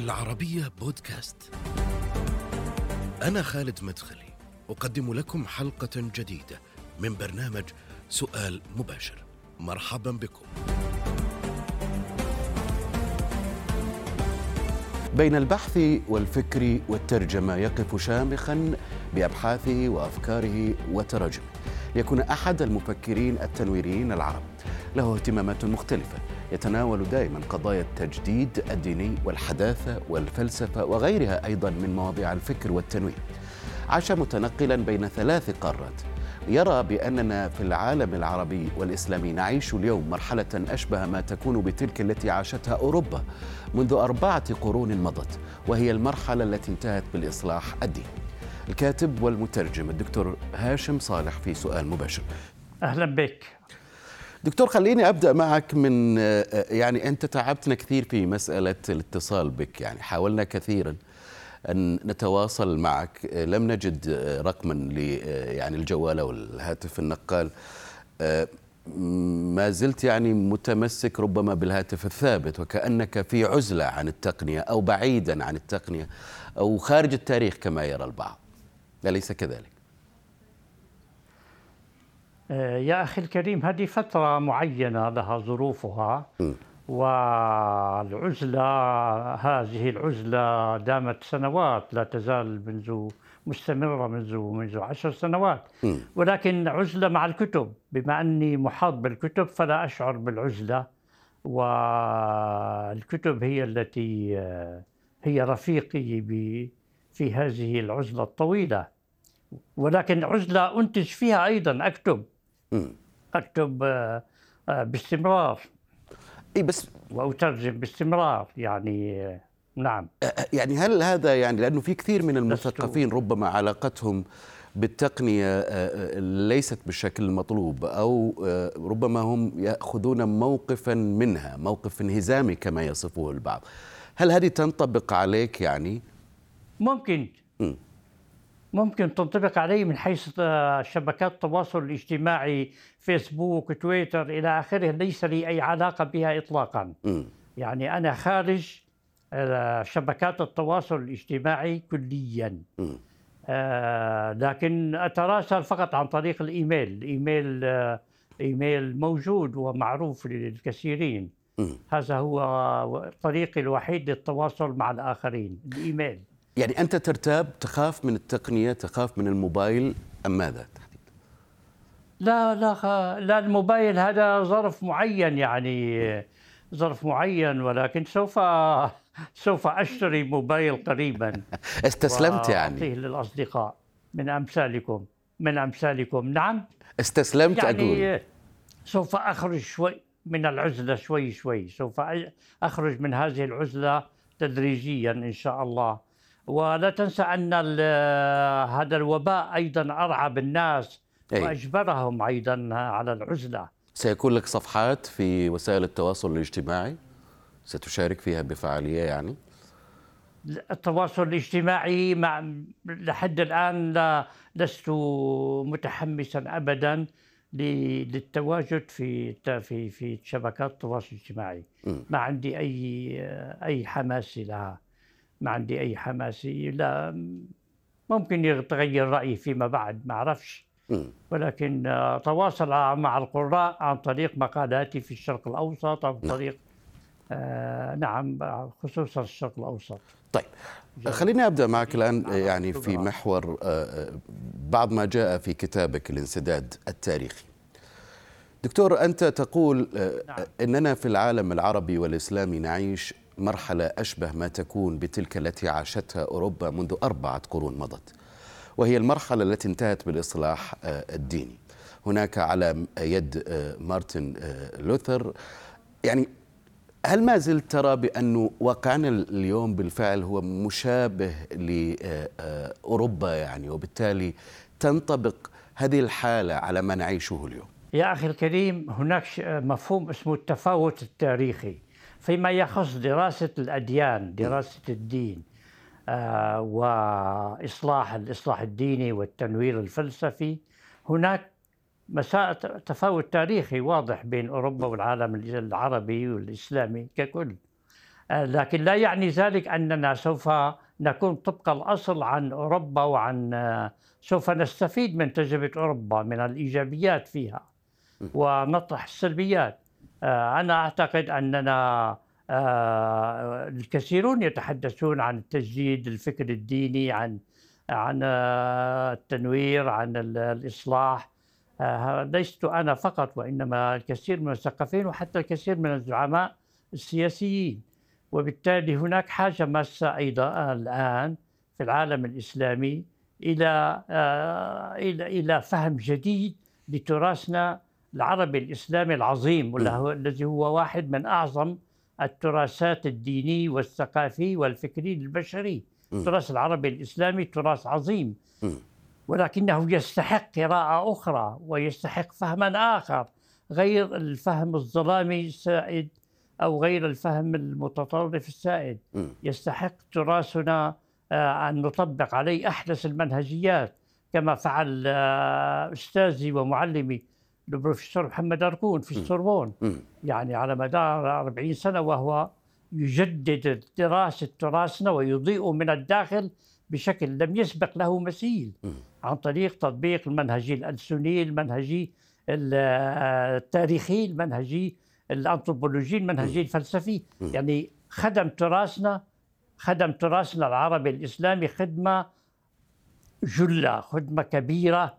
العربية بودكاست. أنا خالد مدخلي أقدم لكم حلقة جديدة من برنامج سؤال مباشر. مرحبا بكم. بين البحث والفكر والترجمة يقف شامخا بأبحاثه وأفكاره وتراجمه، ليكون أحد المفكرين التنويريين العرب. له اهتمامات مختلفة، يتناول دائما قضايا التجديد الديني والحداثة والفلسفة وغيرها أيضا من مواضيع الفكر والتنوير. عاش متنقلا بين 3 قارات. يرى بأننا في العالم العربي والإسلامي نعيش اليوم مرحلة أشبه ما تكون بتلك التي عاشتها أوروبا منذ 4 قرون مضت، وهي المرحلة التي انتهت بالإصلاح الديني. الكاتب والمترجم الدكتور هاشم صالح في سؤال مباشر. أهلا بك دكتور، خليني أبدأ معك من أنت تعبتنا كثير في مسألة الاتصال بك، حاولنا كثيرا أن نتواصل معك، لم نجد رقما الجوال أو الهاتف النقال. ما زلت متمسك ربما بالهاتف الثابت، وكأنك في عزلة عن التقنية أو بعيدا عن التقنية أو خارج التاريخ كما يرى البعض، أليس كذلك؟ يا أخي الكريم، هذه فترة معينة لها ظروفها، والعزلة هذه العزلة دامت سنوات، لا تزال مستمرة منذ 10 سنوات. ولكن عزلة مع الكتب، بما أني محاط بالكتب فلا أشعر بالعزلة، والكتب هي التي هي رفيقي في هذه العزلة الطويلة. ولكن عزلة أنتج فيها أيضا، أكتب باستمرار، بس وأترجم باستمرار، نعم. هل هذا لأنه في كثير من المثقفين ربما علاقتهم بالتقنية ليست بالشكل المطلوب، أو ربما هم يأخذون موقفا منها، موقف انهزامي كما يصفه البعض. هل هذه تنطبق عليك؟ ممكن تنطبق علي من حيث شبكات التواصل الاجتماعي، فيسبوك، تويتر إلى آخره، ليس لي أي علاقة بها إطلاقا. أنا خارج شبكات التواصل الاجتماعي كليا. لكن أتراسل فقط عن طريق الإيميل. إيميل موجود ومعروف للكثيرين. هذا هو طريقي الوحيد للتواصل مع الآخرين، الإيميل. أنت ترتاب، تخاف من التقنية، تخاف من الموبايل، أم ماذا تحديدا؟ لا، الموبايل هذا ظرف معين، ظرف معين، ولكن سوف أشتري موبايل قريبا. استسلمت وأعطيه للأصدقاء من أمثالكم. نعم، استسلمت أقول. سوف أخرج شوي من العزلة، شوي سوف أخرج من هذه العزلة تدريجيا إن شاء الله. ولا تنسى أن هذا الوباء أيضا أرعب الناس وأجبرهم أيضا على العزلة. سيكون لك صفحات في وسائل التواصل الاجتماعي ستشارك فيها بفعالية؟ التواصل الاجتماعي لحد الآن لست متحمسا أبدا للتواجد في شبكات التواصل الاجتماعي. ما عندي أي حماس لها، ما عندي أي حماس. لا، ممكن يتغير رأيي فيما بعد، ما أعرفش. ولكن تواصل مع القراء عن طريق مقالاتي في الشرق الأوسط، أو طريق نعم، خصوصا الشرق الأوسط. طيب، خليني أبدأ معك الآن في محور بعض ما جاء في كتابك الانسداد التاريخي. دكتور، أنت تقول إننا في العالم العربي والإسلامي نعيش مرحلة أشبه ما تكون بتلك التي عاشتها أوروبا منذ 4 قرون مضت، وهي المرحلة التي انتهت بالإصلاح الديني. هناك على يد مارتن لوثر. هل ما زلت ترى بأنه واقعنا اليوم بالفعل هو مشابه لأوروبا، وبالتالي تنطبق هذه الحالة على ما نعيشه اليوم؟ يا أخي الكريم، هناك مفهوم اسمه التفاوت التاريخي فيما يخص دراسة الأديان، دراسة الدين، الإصلاح الديني والتنوير الفلسفي. هناك تفاوت تاريخي واضح بين أوروبا والعالم العربي والإسلامي ككل. لكن لا يعني ذلك أننا سوف نكون طبق الأصل عن أوروبا سوف نستفيد من تجربة أوروبا من الإيجابيات فيها ونطرح السلبيات. أنا أعتقد أننا الكثيرون يتحدثون عن التجديد، الفكر الديني، عن التنوير، عن الإصلاح. لست أنا فقط، وإنما الكثير من المثقفين وحتى الكثير من الزعماء السياسيين. وبالتالي هناك حاجة ماسة أيضا الآن في العالم الإسلامي إلى فهم جديد لتراثنا العربي الإسلامي العظيم، الذي هو واحد من أعظم التراثات الديني والثقافي والفكري للبشري. التراث العربي الإسلامي تراث عظيم، ولكنه يستحق قراءة أخرى ويستحق فهما آخر غير الفهم الظلامي السائد أو غير الفهم المتطرف السائد. يستحق تراثنا أن نطبق عليه أحدث المنهجيات كما فعل أستاذي ومعلمي البروفيسور محمد أركون في السوربون، يعني على مدار 40 سنة وهو يجدد دراسة تراثنا ويضيء من الداخل بشكل لم يسبق له مثيل، عن طريق تطبيق المنهجي الألسني، المنهجي التاريخي، المنهجي الأنثروبولوجي، المنهجي الفلسفي. يعني خدم تراثنا العربي الإسلامي خدمة جلة، خدمة كبيرة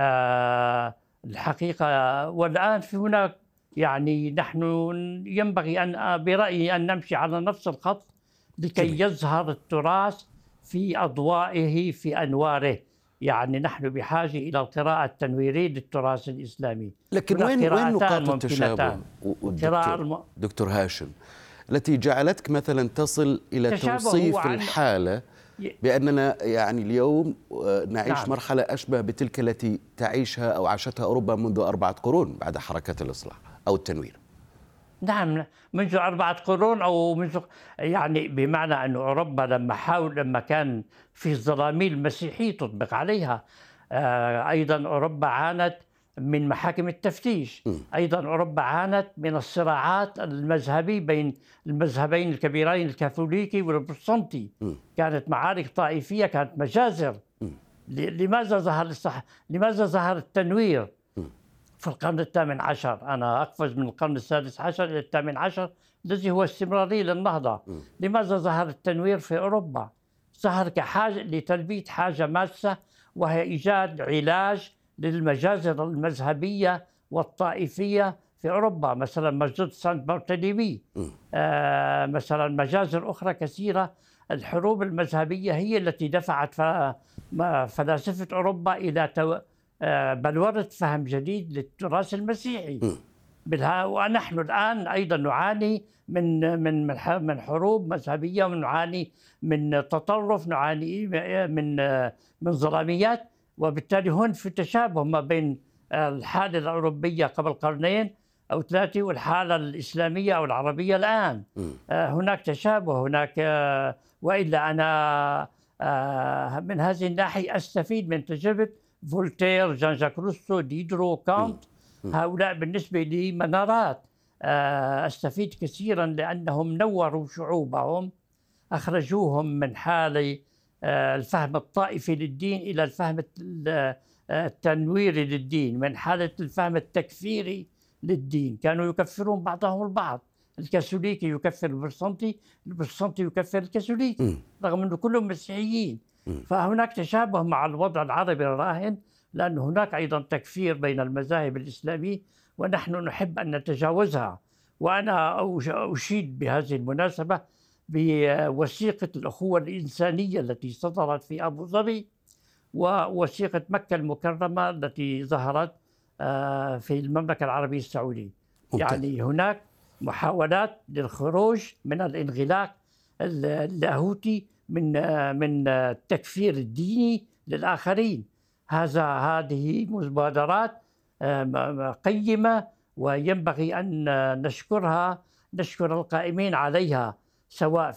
الحقيقة. والآن في هناك يعني نحن ينبغي برأيي أن نمشي على نفس الخط لكي يظهر التراث في أضوائه في أنواره. يعني نحن بحاجة إلى القراءة التنويرية للتراث الإسلامي. لكن وين نقاط التشابه دكتور هاشم التي جعلتك مثلا تصل إلى توصيف الحالة بأننا يعني اليوم نعيش مرحلة أشبه بتلك التي تعيشها أو عاشتها أوروبا منذ 4 قرون بعد حركة الإصلاح أو التنوير؟ نعم، منذ 4 قرون أو منذ، يعني بمعنى أن أوروبا لما كان في الظلاميل المسيحي تطبق عليها. أيضا أوروبا عانت من محاكم التفتيش، أيضا أوروبا عانت من الصراعات المذهبي بين المذهبين الكبيرين الكاثوليكي والبروتستانتي. كانت معارك طائفية، كانت مجازر. لماذا ظهر التنوير في القرن الثامن عشر؟ أنا أقفز من القرن السادس عشر إلى الثامن عشر الذي هو استمراري للنهضة. لماذا ظهر التنوير في أوروبا؟ ظهر كحاجة لتلبية حاجة ماسة، وهي إيجاد علاج للمجازر المذهبية والطائفية في أوروبا. مثلا مسجد سانت بارتوليمي، مثلا مجازر أخرى كثيرة. الحروب المذهبية هي التي دفعت فلاسفة أوروبا إلى بلورة فهم جديد للتراث المسيحي. ونحن الآن أيضا نعاني من حروب مذهبية، ونعاني من تطرف، نعاني من ظلاميات. وبالتالي هون في تشابه ما بين الحالة الأوروبية قبل قرنين أو 3 والحالة الإسلامية أو العربية الآن. هناك تشابه هناك. وإلا أنا من هذه الناحية أستفيد من تجربة فولتير، جان جاك روسو، ديدرو، كانت. هؤلاء بالنسبة لي منارات. أستفيد كثيرا لأنهم نوروا شعوبهم، أخرجوهم من حالة الفهم الطائفي للدين إلى الفهم التنويري للدين، من حالة الفهم التكفيري للدين. كانوا يكفرون بعضهم البعض، الكاثوليكي يكفر البروتستانتي، البروتستانتي يكفر الكاثوليكي، رغم أنه كلهم مسيحيين. فهناك تشابه مع الوضع العربي الراهن، لأن هناك أيضا تكفير بين المذاهب الإسلامية، ونحن نحب أن نتجاوزها. وأنا أشيد بهذه المناسبة بوثيقة الأخوة الإنسانية التي صدرت في أبو ظبي، ووثيقة مكة المكرمة التي ظهرت في المملكة العربية السعودية. يعني هناك محاولات للخروج من الانغلاق اللاهوتي، من التكفير الديني للآخرين. هذه مبادرات قيمة، وينبغي أن نشكر القائمين عليها، سواء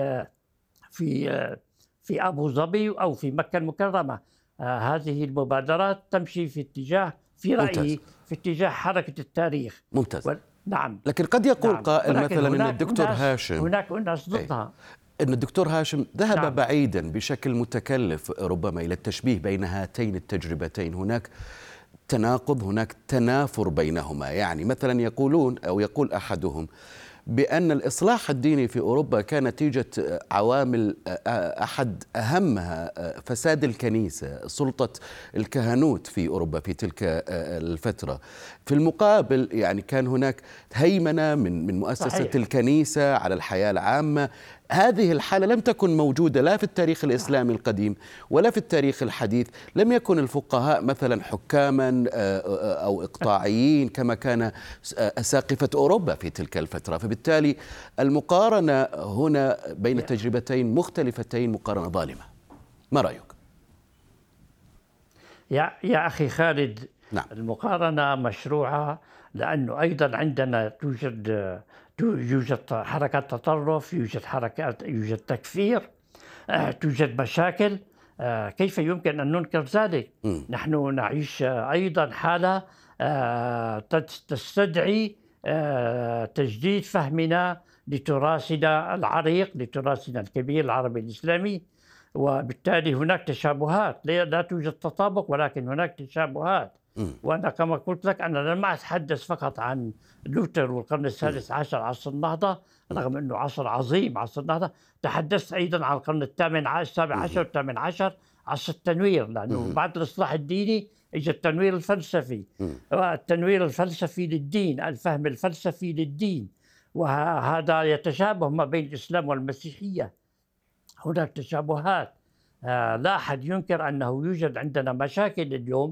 في أبو ظبي أو في مكة المكرمة. هذه المبادرات تمشي في اتجاه، في رأيي، في اتجاه حركة التاريخ. ممتاز. نعم. لكن قد يقول نعم. قائل ولكن مثلا أن هناك الدكتور أناس هاشم هناك أناس ضدها. أن الدكتور هاشم ذهب نعم. بعيدا بشكل متكلف ربما إلى التشبيه بين هاتين التجربتين. هناك تناقض، هناك تنافر بينهما. يعني مثلا يقولون أو يقول أحدهم بأن الإصلاح الديني في أوروبا كان نتيجة عوامل أحد أهمها فساد الكنيسة، سلطة الكهنوت في أوروبا في تلك الفترة. في المقابل يعني كان هناك هيمنة من مؤسسة صحيح. الكنيسة على الحياة العامة. هذه الحالة لم تكن موجودة لا في التاريخ الإسلامي القديم ولا في التاريخ الحديث. لم يكن الفقهاء مثلا حكاما أو إقطاعيين كما كان أساقفة أوروبا في تلك الفترة. فبالتالي المقارنة هنا بين تجربتين مختلفتين مقارنة ظالمة. ما رأيك؟ يا أخي خالد، نعم. المقارنة مشروعة، لأنه أيضا عندنا يوجد حركات تطرف، يوجد تكفير، توجد مشاكل. كيف يمكن أن ننكر ذلك؟ نحن نعيش أيضا حالة تستدعي تجديد فهمنا لتراثنا العريق، لتراثنا الكبير العربي الإسلامي. وبالتالي هناك تشابهات، لا توجد تطابق ولكن هناك تشابهات. وأنا كما قلت لك أنا لم أتحدث فقط عن لوتر والقرن الثالث عشر عصر النهضة، رغم أنه عصر عظيم عصر النهضة. تحدثت أيضا عن القرن السابع عشر والثامن عشر عصر التنوير، لأنه بعد الإصلاح الديني اجى التنوير الفلسفي. التنوير الفلسفي للدين، الفهم الفلسفي للدين، وهذا يتشابه ما بين الإسلام والمسيحية. هناك تشابهات. لا أحد ينكر أنه يوجد عندنا مشاكل اليوم،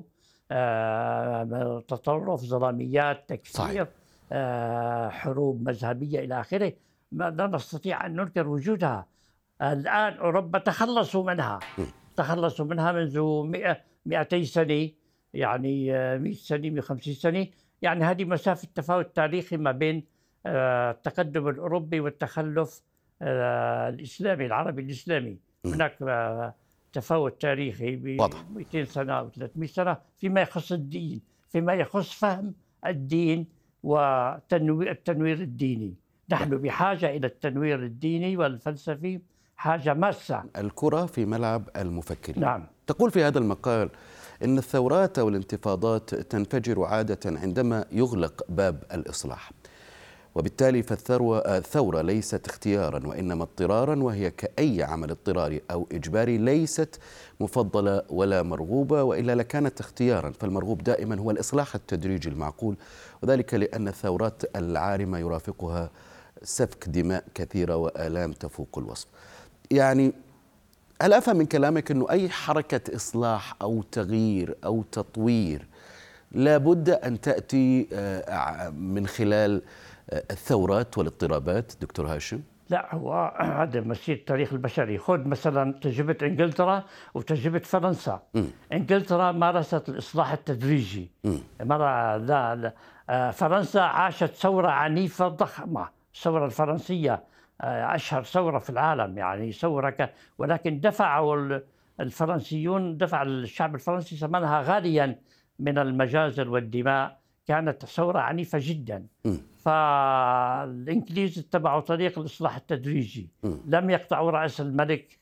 تطرف، ظلاميات، تكفير، حروب مذهبية إلى آخره. لا نستطيع أن ننكر وجودها. الآن أوروبا تخلصوا منها منذ 200 سنة، يعني 100 سنة 150 سنة. يعني هذه مسافة تفاوت تاريخي ما بين التقدم الأوروبي والتخلف الإسلامي العربي الإسلامي. هناك تفاوت تاريخي ب 200 سنة أو 300 سنة فيما يخص الدين، فيما يخص فهم الدين والتنوير الديني. نحن بحاجة إلى التنوير الديني والفلسفي، حاجة ماسة. الكرة في ملعب المفكرين. نعم. تقول في هذا المقال إن الثورات أو الانتفاضات تنفجر عادة عندما يغلق باب الإصلاح، وبالتالي فالثورة ليست اختيارا وإنما اضطرارا، وهي كأي عمل اضطراري أو إجباري ليست مفضلة ولا مرغوبة، وإلا لكانت اختيارا. فالمرغوب دائما هو الإصلاح التدريجي المعقول، وذلك لأن الثورات العارمة يرافقها سفك دماء كثيرة وآلام تفوق الوصف. يعني هل أفهم من كلامك أنه أي حركة إصلاح أو تغيير أو تطوير لابد أن تأتي من خلال الثورات والاضطرابات دكتور هاشم؟ لا، هو هذا مسير التاريخ البشري. خذ مثلا تجربة إنجلترا وتجربة فرنسا. إنجلترا مارست الإصلاح التدريجي. لا فرنسا عاشت ثورة عنيفة ضخمة، الثورة الفرنسية أشهر ثورة في العالم، يعني ثورة ولكن دفع الشعب الفرنسي ثمنها غاليا من المجازر والدماء. كانت ثورة عنيفة جدا. فالإنجليز اتبعوا طريق الإصلاح التدريجي، لم يقطعوا رأس الملك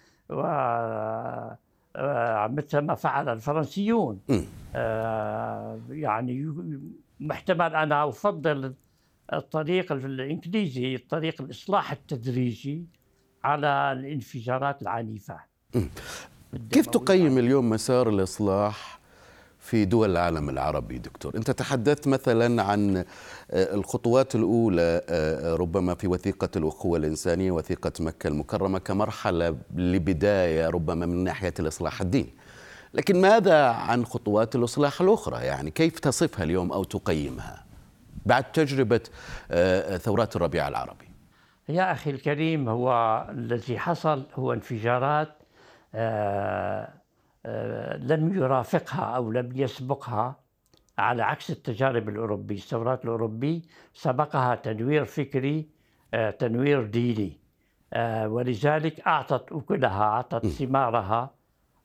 مثل ما فعل الفرنسيون. يعني محتمل أنا أفضل الطريق الإنجليزي، طريق الإصلاح التدريجي على الانفجارات العنيفة. كيف تقيم اليوم مسار الإصلاح في دول العالم العربي دكتور؟ أنت تحدثت مثلا عن الخطوات الأولى ربما في وثيقة الأخوة الإنسانية، وثيقة مكة المكرمة، كمرحلة لبداية ربما من ناحية الإصلاح الديني، لكن ماذا عن خطوات الإصلاح الأخرى؟ يعني كيف تصفها اليوم أو تقيمها بعد تجربة ثورات الربيع العربي؟ يا أخي الكريم، هو الذي حصل هو انفجارات لم يرافقها أو لم يسبقها، على عكس التجارب الأوروبية. الثورات الأوروبية سبقها تنوير فكري، تنوير ديني، ولذلك أعطت أكلها، أعطت ثمارها،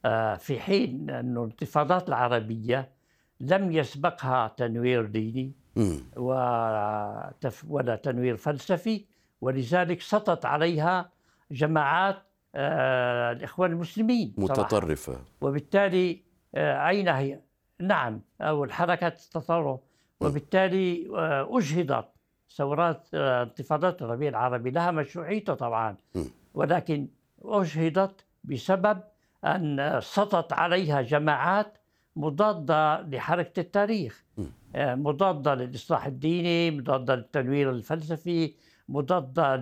في حين أن الانتفاضات العربية لم يسبقها تنوير ديني، ولا تنوير فلسفي، ولذلك سطت عليها جماعات الإخوان المسلمين متطرفة، وبالتالي أين هي؟ نعم، أو الحركات التطرف، وبالتالي أجهضت ثورات انتفاضات الربيع العربي، لها مشروعيته طبعا، ولكن أجهضت بسبب أن سطت عليها جماعات مضادة لحركة التاريخ، مضادة للإصلاح الديني، مضادة للتنوير الفلسفي، مضادة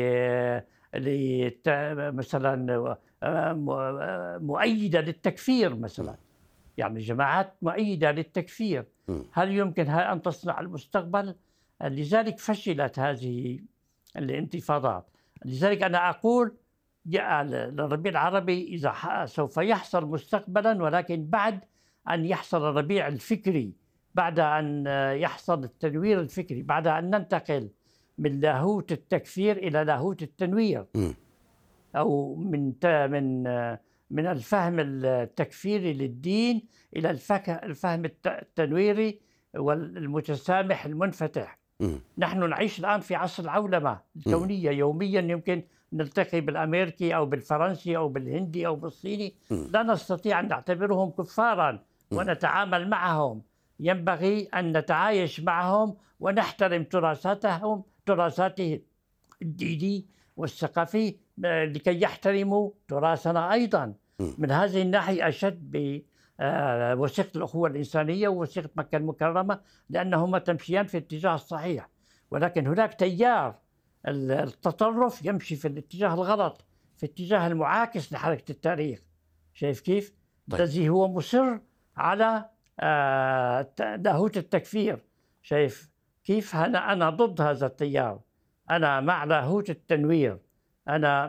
مثلا مؤيدة للتكفير مثلا، يعني جماعات مؤيدة للتكفير. هل يمكن أن تصنع المستقبل؟ لذلك فشلت هذه الانتفاضات. لذلك أنا أقول الربيع العربي إذا سوف يحصل مستقبلا، ولكن بعد أن يحصل الربيع الفكري، بعد أن يحصل التنوير الفكري، بعد أن ننتقل من لاهوت التكفير إلى لاهوت التنوير، أو من الفهم التكفيري للدين إلى الفهم التنويري والمتسامح المنفتح. نحن نعيش الآن في عصر العولمة الكونية، يوميا يمكن نلتقي بالأمريكي أو بالفرنسي أو بالهندي أو بالصيني، لا نستطيع أن نعتبرهم كفارا ونتعامل معهم. ينبغي أن نتعايش معهم ونحترم تراثاتهم الديني والثقافي لكي يحترموا تراثنا أيضا. من هذه الناحية أشد بوثيقة الأخوة الإنسانية ووثيقة مكة المكرمة، لأنهما تمشيان في الاتجاه الصحيح، ولكن هناك تيار التطرف يمشي في الاتجاه الغلط، في الاتجاه المعاكس لحركة التاريخ. شايف كيف؟ الذي هو مصر على لاهوت التكفير. شايف كيف؟ أنا ضد هذا التيار، أنا مع لاهوت التنوير، أنا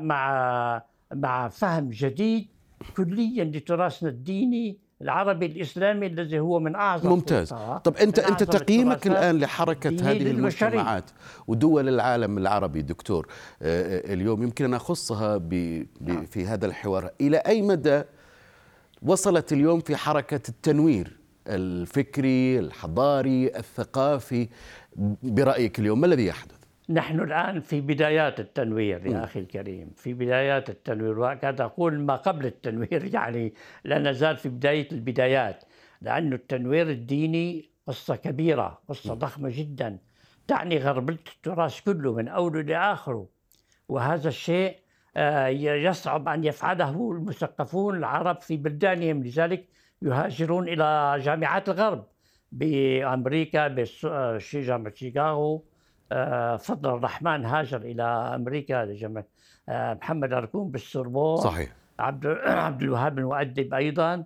مع فهم جديد كليا لتراثنا الديني العربي الإسلامي الذي هو من أعظم. ممتاز. طب أنت تقييمك الآن لحركة هذه المجتمعات ودول العالم العربي دكتور، اليوم يمكن أن أخصها في هذا الحوار، إلى أي مدى وصلت اليوم في حركة التنوير الفكري الحضاري الثقافي برأيك اليوم؟ ما الذي يحدث؟ نحن الآن في بدايات التنوير يا أخي الكريم، في بدايات التنوير، وأكاد أقول ما قبل التنوير، يعني لا نزال في بداية البدايات، لأن التنوير الديني قصة كبيرة، قصة ضخمة جدا، تعني غربلة التراث كله من أوله لآخره، وهذا الشيء يصعب أن يفعله المثقفون العرب في بلدانهم، لذلك يهاجرون إلى جامعات الغرب بأمريكا، جامعة شيكاغو. فضل الرحمن هاجر إلى أمريكا لجامعة محمد أركون بالسوربون. صحيح. عبد الوهاب المؤدب أيضا.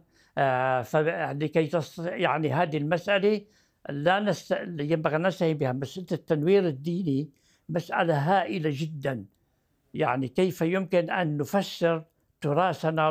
فلكي يعني هذه المسألة ينبغي أن ننتهي بها. مسألة التنوير الديني مسألة هائلة جدا، يعني كيف يمكن أن نفسر تراثنا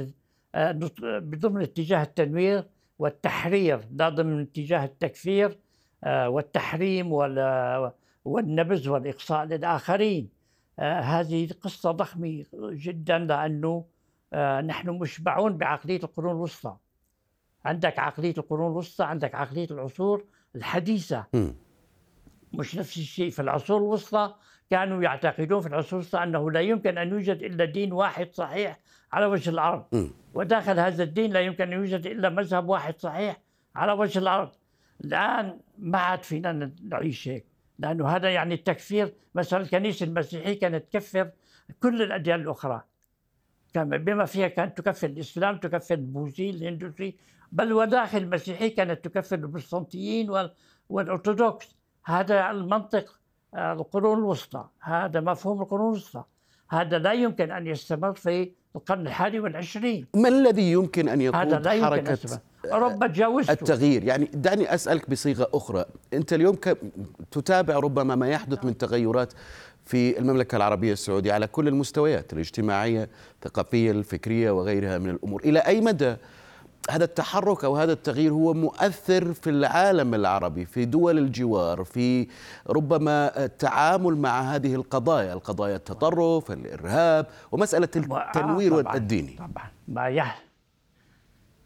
بضمن اتجاه التنوير والتحرير، لا ضمن اتجاه التكفير والتحريم والنبذ والإقصاء للآخرين. هذه قصة ضخمة جدا، لأنه نحن مشبعون بعقلية القرون الوسطى. عندك عقلية القرون الوسطى، عندك عقلية العصور الحديثة. مش نفس الشيء. في العصور الوسطى كانوا يعتقدون في العصور الوسطى أنه لا يمكن أن يوجد إلا دين واحد صحيح على وجه الأرض، وداخل هذا الدين لا يمكن أن يوجد إلا مذهب واحد صحيح على وجه الأرض. الآن ما عاد فينا نعيش هيك، لأنه هذا يعني التكفير. مثلا الكنيسة المسيحية كانت تكفر كل الأديان الأخرى، بما فيها كانت تكفر الإسلام، تكفر البوذي، الهندوسي، بل وداخل المسيحية كانت تكفر البروتستانتيين والأرثوذكس. هذا المنطق القرون الوسطى، هذا مفهوم القرون الوسطى، هذا لا يمكن أن يستمر في القرن 21. ما الذي يمكن أن يقود حركة أوروبا التغيير؟ يعني دعني أسألك بصيغة أخرى، أنت اليوم تتابع ربما ما يحدث من تغيرات في المملكة العربية السعودية على كل المستويات، الاجتماعية، الثقافية، الفكرية وغيرها من الأمور. إلى أي مدى هذا التحرك أو هذا التغيير هو مؤثر في العالم العربي، في دول الجوار، في ربما التعامل مع هذه القضايا، القضايا التطرف، الإرهاب، ومسألة التنوير الديني؟ طبعا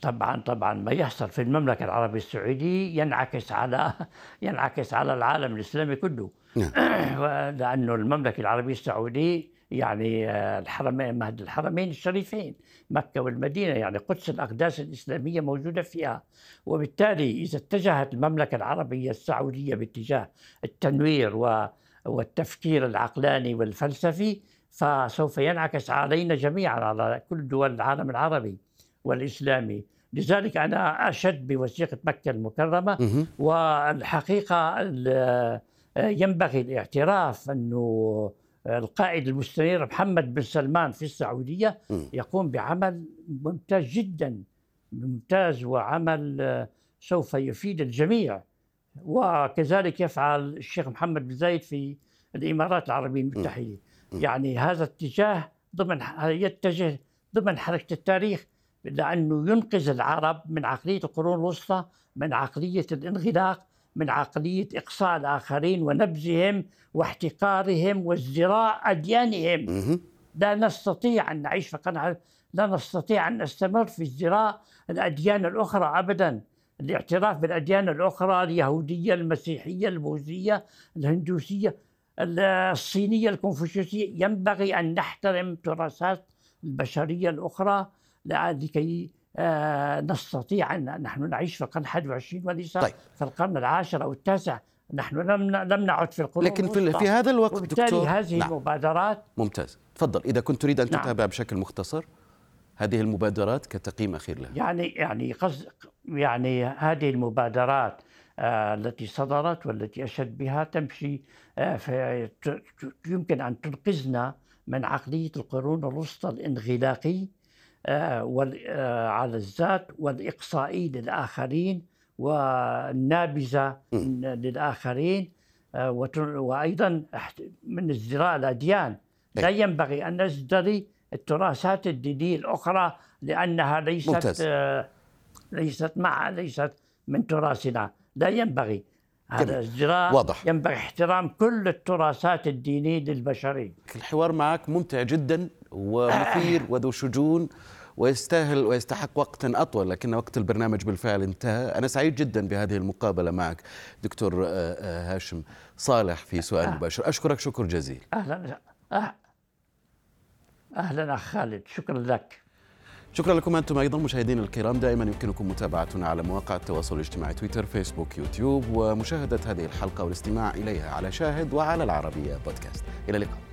طبعا ما يحصل في المملكة العربية السعودية ينعكس على العالم الإسلامي كله. لأنه المملكة العربية السعودية يعني الحرمين، مهد الحرمين الشريفين مكة والمدينة، يعني قدس الأقداس الإسلامية موجودة فيها. وبالتالي إذا اتجهت المملكة العربية السعودية باتجاه التنوير والتفكير العقلاني والفلسفي، فسوف ينعكس علينا جميعا، على كل دول العالم العربي والإسلامي. لذلك أنا أشد بوثيقة مكة المكرمة. والحقيقة ينبغي الاعتراف أنه القائد المستنير محمد بن سلمان في السعودية يقوم بعمل ممتاز جدا، ممتاز، وعمل سوف يفيد الجميع. وكذلك يفعل الشيخ محمد بن زايد في الإمارات العربية المتحدة. يعني هذا اتجاه يتجه ضمن حركة التاريخ، لأنه ينقذ العرب من عقلية القرون الوسطى، من عقلية الانغلاق، من عقلية إقصاء الآخرين ونبذهم واحتقارهم وازدراء أديانهم. لا نستطيع أن نعيش في قناعة، لا نستطيع أن نستمر في ازدراء الأديان الأخرى أبدا. الاعتراف بالأديان الأخرى، اليهودية، المسيحية، البوذية، الهندوسية، الصينية، الكونفوشيوسية، ينبغي أن نحترم تراثات البشرية الأخرى لكي نستطيع أن نحن نعيش في القرن 21 وليس في القرن العاشر أو التاسع. نحن لم نعد في القرون لكن في هذا الوقت وبالتالي هذه المبادرات. ممتاز، تفضل إذا كنت تريد أن تتابع بشكل مختصر هذه المبادرات كتقييم أخير لها. يعني هذه المبادرات التي صدرت والتي أشد بها تمشي يمكن أن تنقذنا من عقلية القرون الوسطى الانغلاقي على الذات والإقصائي للآخرين والنابذة للآخرين، وأيضا من ازدراء الأديان. لا ينبغي أن نزدري التراثات الدينية الأخرى لأنها ليست من تراثنا. لا ينبغي هذا الازدراء، واضح. ينبغي احترام كل التراثات الدينية للبشرية. الحوار معك ممتع جدا ومثير وذو شجون ويستحق وقتا أطول، لكن وقت البرنامج بالفعل انتهى. أنا سعيد جدا بهذه المقابلة معك دكتور هاشم صالح في سؤال مباشر. أشكرك شكر جزيل. أهلا أخ خالد، شكرا لك. شكرا لكم أنتم أيضا مشاهدينا الكرام. دائما يمكنكم متابعتنا على مواقع التواصل الاجتماعي تويتر، فيسبوك، يوتيوب، ومشاهدة هذه الحلقة والاستماع إليها على شاهد وعلى العربية بودكاست. إلى اللقاء.